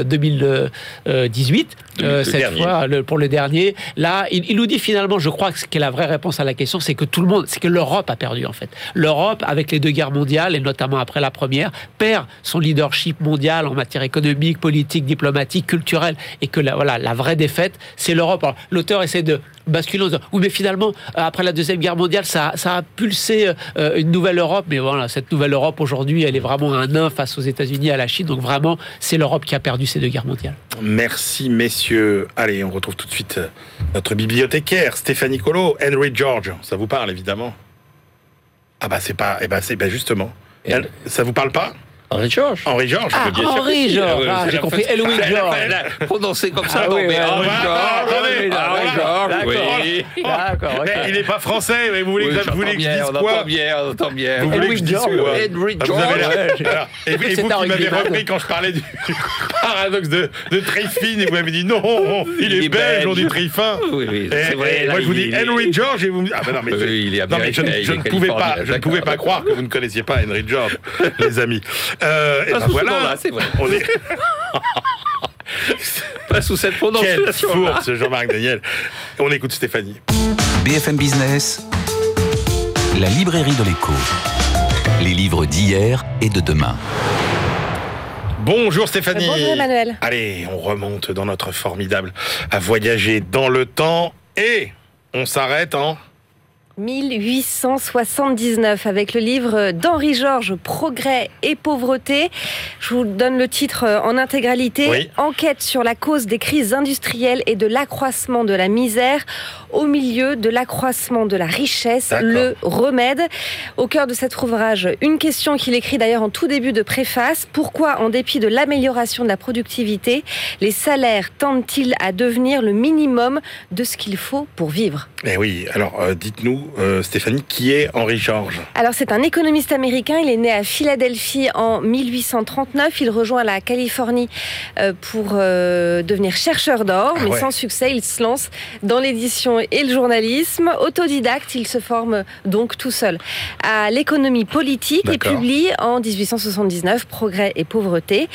2018, cette fois pour le dernier, là il nous dit finalement, je crois que ce qui est la vraie réponse à la question, c'est que c'est que l'Europe a perdu en fait. L'Europe, avec les deux guerres mondiales et notamment après la première, perd son leadership mondial en matière économique, politique, diplomatique, culturelle, et que la vraie défaite, c'est l'Europe. Alors, l'auteur essaie de basculer en disant, oui, mais finalement, après la Deuxième Guerre mondiale, ça a pulsé une nouvelle Europe, mais voilà, cette nouvelle Europe, aujourd'hui, elle est vraiment un nain face aux États-Unis et à la Chine, donc vraiment, c'est l'Europe qui a perdu ces deux guerres mondiales. Merci, messieurs. Allez, on retrouve tout de suite notre bibliothécaire, Stéphanie Colo, Henry George. Ça vous parle, évidemment? Ah bah, justement. Ça vous parle pas? Henry George. Henry George. Ah, Henry George. J'ai compris Henry George. Elle a prononcé comme ça. Henry George. D'accord. Il n'est pas français, mais vous voulez que je dise quoi? On entend bien. Vous voulez que je dise quoi? Henry George. Et vous qui m'avez repris quand je parlais du paradoxe de Tréfine, et vous m'avez dit non, il est belge, on dit Tréfin. Oui, c'est vrai. Moi, je vous dis Henry George, et vous me dites, ah ben non, mais je ne pouvais pas croire que vous ne connaissiez pas Henry George, les amis. Et ben voilà, c'est vrai. On est pas sous cette prononciation. Quelle fourche, Jean-Marc Daniel. On écoute Stéphanie. BFM Business, la librairie de l'écho. Les livres d'hier et de demain. Bonjour Stéphanie. Bonjour Emmanuel. Allez, on remonte dans notre formidable à voyager dans le temps et on s'arrête en 1879 avec le livre d'Henry George, Progrès et pauvreté. Je vous donne le titre en intégralité. Oui. Enquête sur la cause des crises industrielles et de l'accroissement de la misère au milieu de l'accroissement de la richesse, le remède. Au cœur de cet ouvrage, une question qu'il écrit d'ailleurs en tout début de préface. Pourquoi, en dépit de l'amélioration de la productivité, les salaires tendent-ils à devenir le minimum de ce qu'il faut pour vivre? Eh oui, alors dites-nous, Stéphanie, qui est Henry George? Alors c'est un économiste américain, il est né à Philadelphie en 1839, il rejoint la Californie pour devenir chercheur d'or, mais sans succès, il se lance dans l'édition et le journalisme. Autodidacte, il se forme donc tout seul à l'économie politique et publie en 1879 Progrès et pauvreté.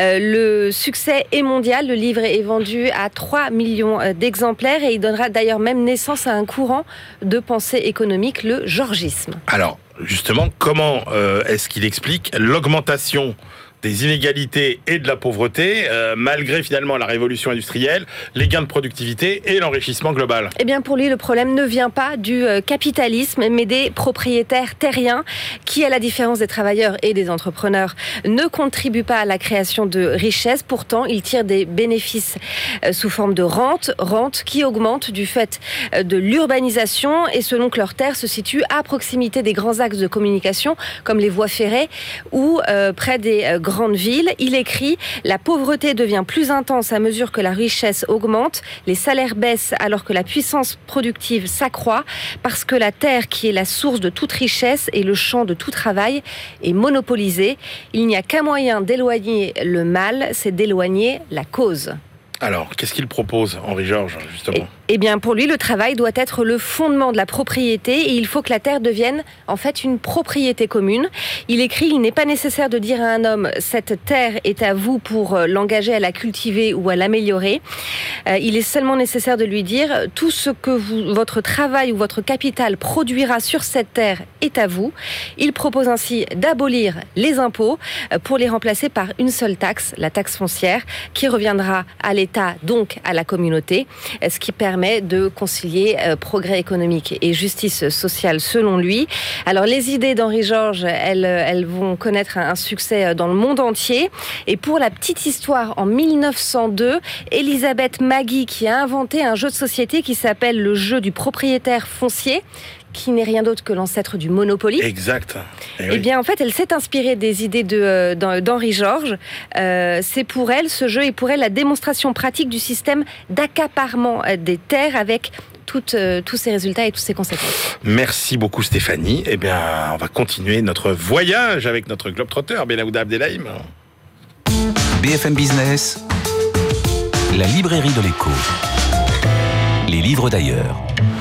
Le succès est mondial, le livre est vendu à 3 millions d'exemplaires et il donnera d'ailleurs même naissance à un courant de pensée économique, le georgisme. Alors, justement, comment est-ce qu'il explique l'augmentation des inégalités et de la pauvreté, malgré finalement la révolution industrielle, les gains de productivité et l'enrichissement global? Eh bien pour lui, le problème ne vient pas du capitalisme, mais des propriétaires terriens qui, à la différence des travailleurs et des entrepreneurs, ne contribuent pas à la création de richesses. Pourtant, ils tirent des bénéfices sous forme de rente qui augmente du fait de l'urbanisation et selon que leurs terres se situent à proximité des grands axes de communication, comme les voies ferrées ou près des grandes villes. Il écrit « La pauvreté devient plus intense à mesure que la richesse augmente, les salaires baissent alors que la puissance productive s'accroît, parce que la terre qui est la source de toute richesse et le champ de tout travail est monopolisée. Il n'y a qu'un moyen d'éloigner le mal, c'est d'éloigner la cause. » Alors, qu'est-ce qu'il propose, Henry George, justement ? Eh bien, pour lui, le travail doit être le fondement de la propriété et il faut que la terre devienne, en fait, une propriété commune. Il écrit, il n'est pas nécessaire de dire à un homme, cette terre est à vous pour l'engager à la cultiver ou à l'améliorer. Il est seulement nécessaire de lui dire, tout ce que votre travail ou votre capital produira sur cette terre est à vous. Il propose ainsi d'abolir les impôts pour les remplacer par une seule taxe, la taxe foncière, qui reviendra à l'État, donc à la communauté, ce qui permet de concilier progrès économique et justice sociale selon lui. Alors les idées d'Henry George, elles vont connaître un succès dans le monde entier. Et pour la petite histoire, en 1902, Elisabeth Magie, qui a inventé un jeu de société qui s'appelle le jeu du propriétaire foncier, qui n'est rien d'autre que l'ancêtre du Monopoly. Exact. Eh bien, en fait, elle s'est inspirée des idées d'Henri Georges. C'est pour elle, ce jeu est pour elle la démonstration pratique du système d'accaparement des terres avec tous ces résultats et toutes ces conséquences. Merci beaucoup Stéphanie. Eh bien, on va continuer notre voyage avec notre globetrotter, Benaouda Abdelhaim. BFM Business, la librairie de l'écho. Les livres d'ailleurs.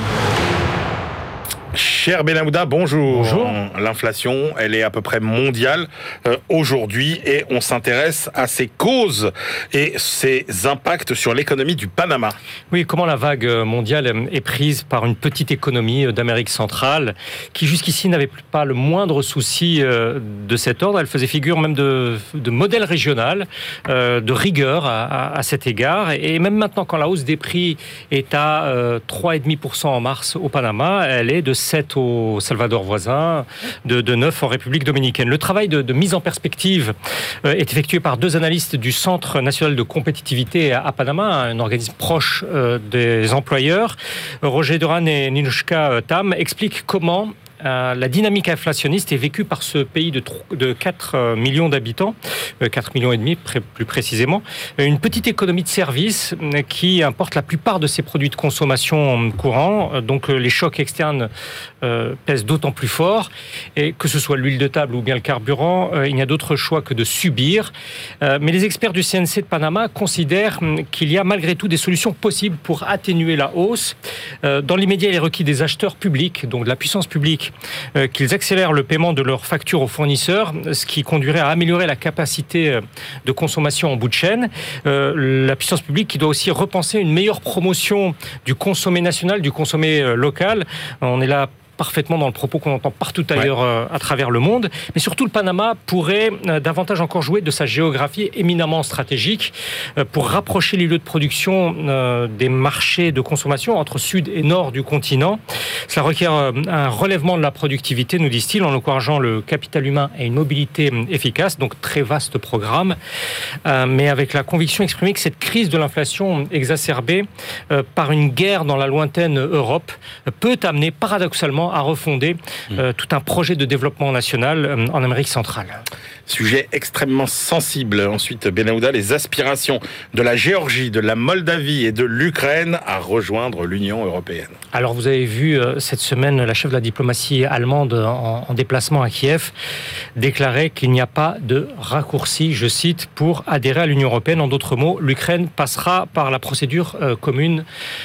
Cher Benaouda, bonjour. Bonjour. L'inflation, elle est à peu près mondiale aujourd'hui et on s'intéresse à ses causes et ses impacts sur l'économie du Panama. Oui, comment la vague mondiale est prise par une petite économie d'Amérique centrale qui jusqu'ici n'avait pas le moindre souci de cet ordre. Elle faisait figure même de modèle régional, de rigueur à cet égard. Et même maintenant, quand la hausse des prix est à 3,5% en mars au Panama, elle est de 7 au Salvador voisin, de 9 en République dominicaine. Le travail de mise en perspective est effectué par 2 analystes du Centre national de compétitivité à Panama, un organisme proche des employeurs. Roger Duran et Ninushka Tam expliquent comment la dynamique inflationniste est vécue par ce pays de 4 millions d'habitants, 4 millions et demi plus précisément, une petite économie de services qui importe la plupart de ses produits de consommation courants, donc les chocs externes pèsent d'autant plus fort, et que ce soit l'huile de table ou bien le carburant, il n'y a d'autre choix que de subir. Mais les experts du CNC de Panama considèrent qu'il y a malgré tout des solutions possibles pour atténuer la hausse. Dans l'immédiat, il est requis des acheteurs publics, donc de la puissance publique, qu'ils accélèrent le paiement de leurs factures aux fournisseurs, ce qui conduirait à améliorer la capacité de consommation en bout de chaîne. La puissance publique qui doit aussi repenser une meilleure promotion du consommé national, du consommé local. On est là parfaitement dans le propos qu'on entend partout ailleurs à travers le monde. Mais surtout, le Panama pourrait davantage encore jouer de sa géographie éminemment stratégique pour rapprocher les lieux de production des marchés de consommation entre sud et nord du continent. Cela requiert un relèvement de la productivité, nous disent-ils, en encourageant le capital humain et une mobilité efficace, donc très vaste programme, mais avec la conviction exprimée que cette crise de l'inflation exacerbée par une guerre dans la lointaine Europe peut amener paradoxalement à refonder tout un projet de développement national en Amérique centrale. Sujet extrêmement sensible. Ensuite, Benaouda, les aspirations de la Géorgie, de la Moldavie et de l'Ukraine à rejoindre l'Union européenne. Alors, vous avez vu cette semaine la chef de la diplomatie allemande en déplacement à Kiev déclarer qu'il n'y a pas de raccourci, je cite, pour adhérer à l'Union européenne. En d'autres mots, l'Ukraine passera par la procédure commune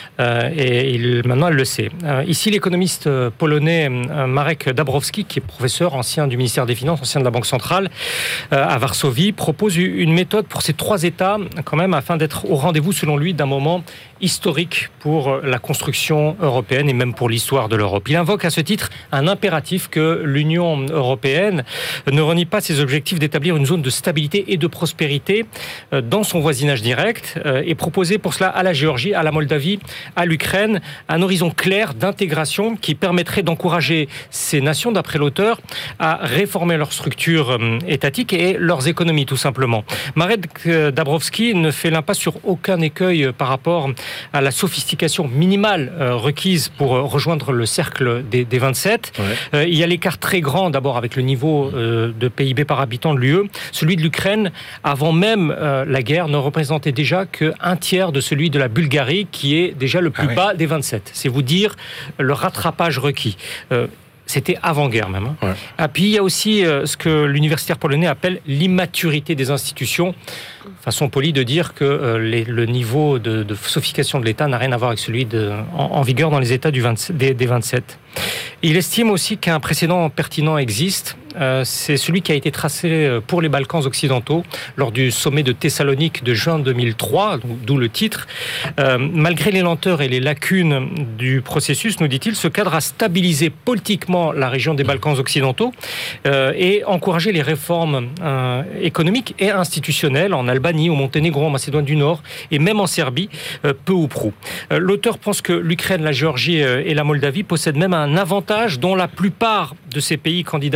et maintenant elle le sait. Ici, l'économiste polonais Marek Dabrowski, qui est professeur ancien du ministère des Finances, ancien de la Banque centrale, à Varsovie, propose une méthode pour ces 3 États, quand même, afin d'être au rendez-vous, selon lui, d'un moment historique pour la construction européenne et même pour l'histoire de l'Europe. Il invoque à ce titre un impératif que l'Union européenne ne renie pas ses objectifs d'établir une zone de stabilité et de prospérité dans son voisinage direct et proposer pour cela à la Géorgie, à la Moldavie, à l'Ukraine, un horizon clair d'intégration qui permettrait d'encourager ces nations, d'après l'auteur, à réformer leur structure étatique et leurs économies, tout simplement. Marek Dabrowski ne fait l'impasse sur aucun écueil par rapport à la sophistication minimale requise pour rejoindre le cercle des 27. Il y a l'écart très grand, d'abord avec le niveau de PIB par habitant de l'UE. Celui de l'Ukraine, avant même la guerre, ne représentait déjà qu'un tiers de celui de la Bulgarie, qui est déjà le plus bas des 27. C'est vous dire le rattrapage requis. C'était avant-guerre même. Puis il y a aussi ce que l'universitaire polonais appelle l'immaturité des institutions. Façon polie de dire que le niveau de sophistication de l'État n'a rien à voir avec celui en vigueur dans les États des 27. Il estime aussi qu'un précédent pertinent existe. C'est celui qui a été tracé pour les Balkans occidentaux lors du sommet de Thessalonique de juin 2003, d'où le titre. Malgré les lenteurs et les lacunes du processus, nous dit-il, ce cadre a stabilisé politiquement la région des Balkans occidentaux et encouragé les réformes économiques et institutionnelles en Albanie, au Monténégro, en Macédoine du Nord et même en Serbie, peu ou prou. L'auteur pense que l'Ukraine, la Géorgie et la Moldavie possèdent même un avantage dont la plupart de ces pays candidats des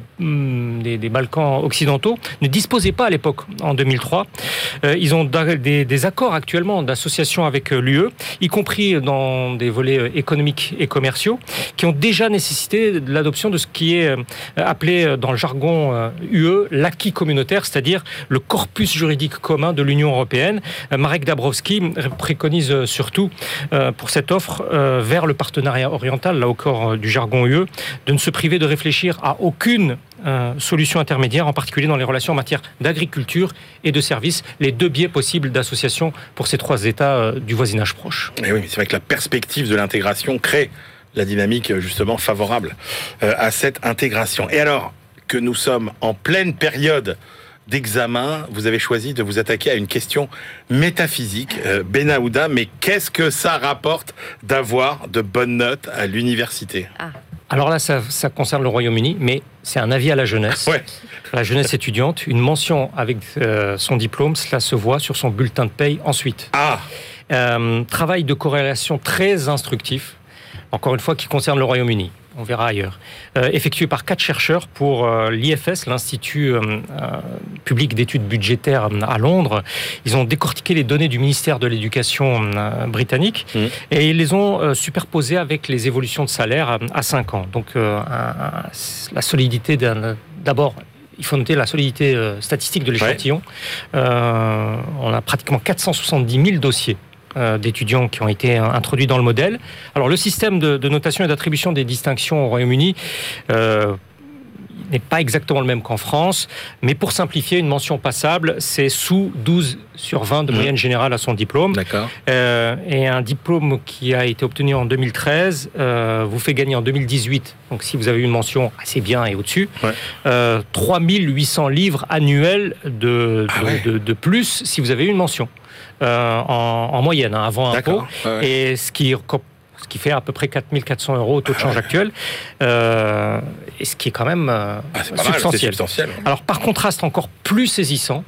des Balkans occidentaux ne disposaient pas à l'époque, en 2003. Ils ont des accords actuellement d'association avec l'UE, y compris dans des volets économiques et commerciaux, qui ont déjà nécessité l'adoption de ce qui est appelé dans le jargon UE l'acquis communautaire, c'est-à-dire le corpus juridique commun de l'Union européenne. Marek Dabrowski préconise surtout pour cette offre vers le partenariat oriental, là au corps du jargon UE, de ne se priver de réfléchir à aucune solution intermédiaire, en particulier dans les relations en matière d'agriculture et de services, les deux biais possibles d'association pour ces trois États du voisinage proche. Et oui, mais c'est vrai que la perspective de l'intégration crée la dynamique justement favorable à cette intégration. Et alors que nous sommes en pleine période d'examen, vous avez choisi de vous attaquer à une question métaphysique. Benahouda, mais qu'est-ce que ça rapporte d'avoir de bonnes notes à l'université ? Alors là, ça concerne le Royaume-Uni, mais c'est un avis à la jeunesse. Ouais. La jeunesse étudiante, une mention avec son diplôme, cela se voit sur son bulletin de paye ensuite. Travail de corrélation très instructif, encore une fois, qui concerne le Royaume-Uni. On verra ailleurs. Effectué par 4 chercheurs pour l'IFS, l'Institut public d'études budgétaires à Londres. Ils ont décortiqué les données du ministère de l'Éducation britannique et ils les ont superposées avec les évolutions de salaire à 5 ans. Donc la solidité d'abord, il faut noter la solidité statistique de l'échantillon. On a pratiquement 470 000 dossiers d'étudiants qui ont été introduits dans le modèle. Alors le système de notation et d'attribution des distinctions au Royaume-Uni n'est pas exactement le même qu'en France, mais pour simplifier, une mention passable, c'est sous 12 sur 20 de moyenne générale à son diplôme. D'accord. Et un diplôme qui a été obtenu en 2013 vous fait gagner en 2018, donc si vous avez une mention assez bien et au-dessus, 3800 livres annuels de plus si vous avez une mention. En moyenne, avant impôt, et ce qui fait à peu près 4 400 € au taux de change actuel, et ce qui est quand même substantiel. Alors par contraste encore plus saisissant,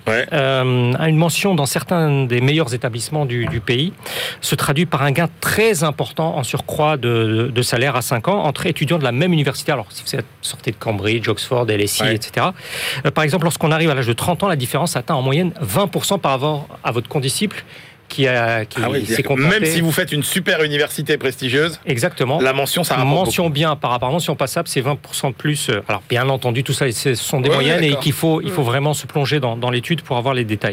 à une mention dans certains des meilleurs établissements du pays se traduit par un gain très important en surcroît de salaire à 5 ans entre étudiants de la même université. Alors si vous sortez de Cambridge, Oxford, LSE, etc. Par exemple, lorsqu'on arrive à l'âge de 30 ans, la différence atteint en moyenne 20% par rapport à votre condisciple qui s'est comporté... Même si vous faites une super université prestigieuse, exactement, la mention, ça rapporte mention beaucoup. bien par rapport à mention passable, c'est 20% de plus. Alors bien entendu, tout ça, ce sont des moyennes et il faut vraiment se plonger dans l'étude pour avoir les détails.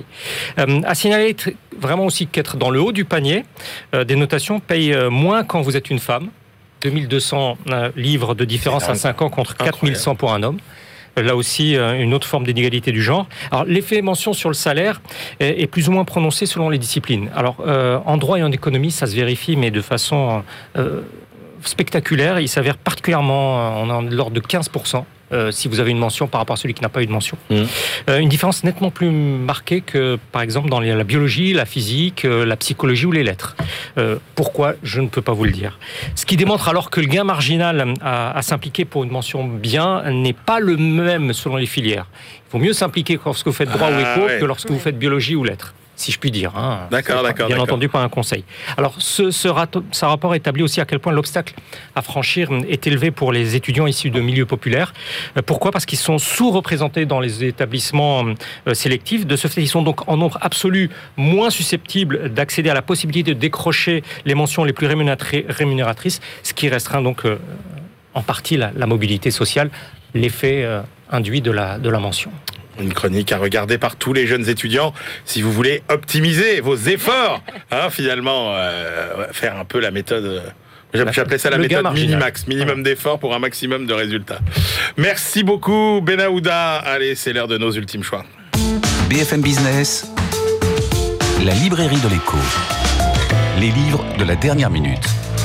À signaler vraiment aussi qu'être dans le haut du panier des notations paye moins quand vous êtes une femme. 2200 livres de différence à 5 ans contre 4100 pour un homme. Là aussi, une autre forme d'inégalité du genre. Alors, l'effet mention sur le salaire est plus ou moins prononcé selon les disciplines. Alors, en droit et en économie, ça se vérifie, mais de façon spectaculaire. Il s'avère particulièrement, on est de l'ordre de 15%. Si vous avez une mention par rapport à celui qui n'a pas eu de mention. Une différence nettement plus marquée que, par exemple, dans la biologie, la physique, la psychologie ou les lettres. Pourquoi ? Je ne peux pas vous le dire. Ce qui démontre alors que le gain marginal à s'impliquer pour une mention bien n'est pas le même selon les filières. Il faut mieux s'impliquer lorsque vous faites droit ou éco que lorsque vous faites biologie ou lettres. Si je puis dire. D'accord. Bien entendu, pas un conseil. Alors, ce rapport établit aussi à quel point l'obstacle à franchir est élevé pour les étudiants issus de milieux populaires. Pourquoi ? Parce qu'ils sont sous-représentés dans les établissements sélectifs. De ce fait, ils sont donc en nombre absolu moins susceptibles d'accéder à la possibilité de décrocher les mentions les plus rémunératrices, ce qui restreint donc en partie la mobilité sociale, l'effet induit de la mention. Une chronique à regarder par tous les jeunes étudiants si vous voulez optimiser vos efforts, finalement, faire un peu la méthode... J'appelais ça la méthode minimax, minimum d'efforts pour un maximum de résultats. Merci beaucoup Benahouda. Allez, c'est l'heure de nos ultimes choix. BFM Business, la librairie de l'écho. Les livres de la dernière minute.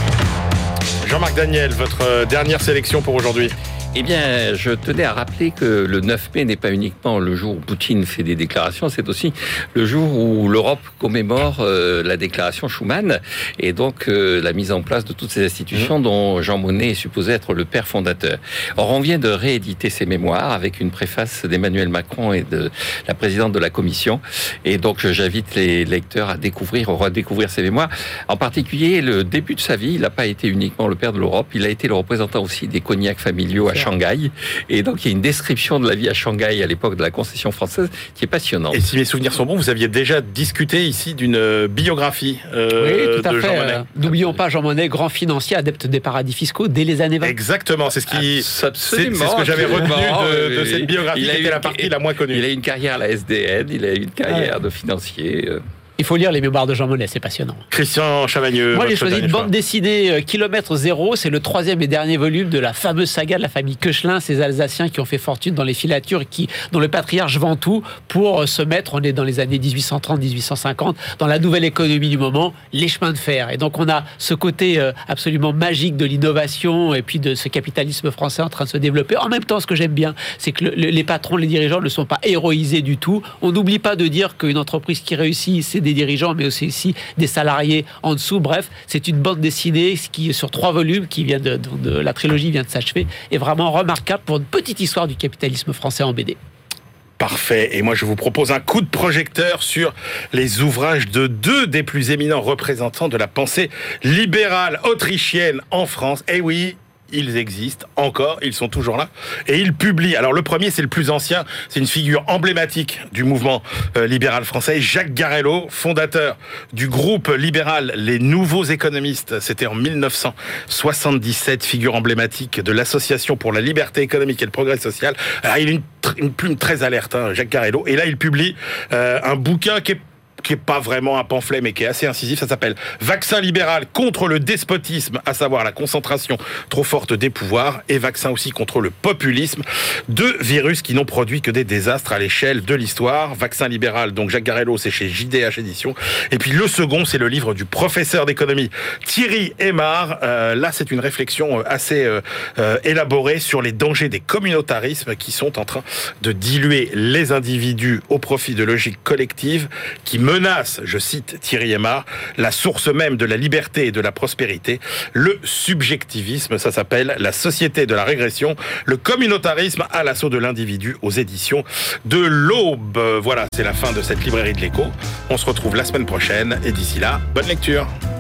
Jean-Marc Daniel, votre dernière sélection pour aujourd'hui. Eh bien, je tenais à rappeler que le 9 mai n'est pas uniquement le jour où Poutine fait des déclarations, c'est aussi le jour où l'Europe commémore la déclaration Schuman et donc la mise en place de toutes ces institutions dont Jean Monnet est supposé être le père fondateur. Or, on vient de rééditer ses mémoires avec une préface d'Emmanuel Macron et de la présidente de la Commission. Et donc, j'invite les lecteurs à découvrir, à redécouvrir ses mémoires. En particulier, le début de sa vie, il n'a pas été uniquement le père de l'Europe, il a été le représentant aussi des cognacs familiaux à Shanghai. Et donc, il y a une description de la vie à Shanghai à l'époque de la concession française qui est passionnante. Et si mes souvenirs sont bons, vous aviez déjà discuté ici d'une biographie de Jean Monnet. N'oublions pas Jean Monnet, grand financier, adepte des paradis fiscaux dès les années 20. Exactement, c'est ce que j'avais retenu de cette biographie, qui était la partie la moins connue. Il a une carrière à la SDN, il a une carrière de financier. Il faut lire les mémoires de Jean Monnet, c'est passionnant. Christian Chavagneux. Moi, j'ai choisi une bande dessinée Kilomètre Zéro. C'est le 3e et dernier volume de la fameuse saga de la famille Koechlin, ces Alsaciens qui ont fait fortune dans les filatures, dont le patriarche vend tout pour se mettre, on est dans les années 1830-1850, dans la nouvelle économie du moment, les chemins de fer. Et donc, on a ce côté absolument magique de l'innovation et puis de ce capitalisme français en train de se développer. En même temps, ce que j'aime bien, c'est que les patrons, les dirigeants ne sont pas héroïsés du tout. On n'oublie pas de dire qu'une entreprise qui réussit, c'est des dirigeants, mais aussi des salariés en dessous. Bref, c'est une bande dessinée qui, sur 3 volumes, qui vient de la trilogie vient de s'achever, est vraiment remarquable pour une petite histoire du capitalisme français en BD. Parfait. Et moi, je vous propose un coup de projecteur sur les ouvrages de 2 des plus éminents représentants de la pensée libérale autrichienne en France. Eh oui, ils existent encore, ils sont toujours là, et ils publient. Alors le premier, c'est le plus ancien, c'est une figure emblématique du mouvement libéral français, Jacques Garello, fondateur du groupe libéral Les Nouveaux Économistes. C'était en 1977, figure emblématique de l'Association pour la liberté économique et le progrès social. Alors, il a une plume très alerte, Jacques Garello, et là il publie un bouquin qui est pas vraiment un pamphlet, mais qui est assez incisif. Ça s'appelle « Vaccin libéral contre le despotisme », à savoir la concentration trop forte des pouvoirs, et vaccin aussi contre le populisme. 2 virus qui n'ont produit que des désastres à l'échelle de l'histoire. Vaccin libéral, donc Jacques Garello, c'est chez JDH Éditions. Et puis le second, c'est le livre du professeur d'économie Thierry Aymar. Là, c'est une réflexion assez élaborée sur les dangers des communautarismes qui sont en train de diluer les individus au profit de logiques collectives qui menace, je cite Thierry Aymar, la source même de la liberté et de la prospérité, le subjectivisme. Ça s'appelle La société de la régression, le communautarisme à l'assaut de l'individu, aux éditions de l'Aube. Voilà, c'est la fin de cette librairie de l'écho. On se retrouve la semaine prochaine et d'ici là, bonne lecture.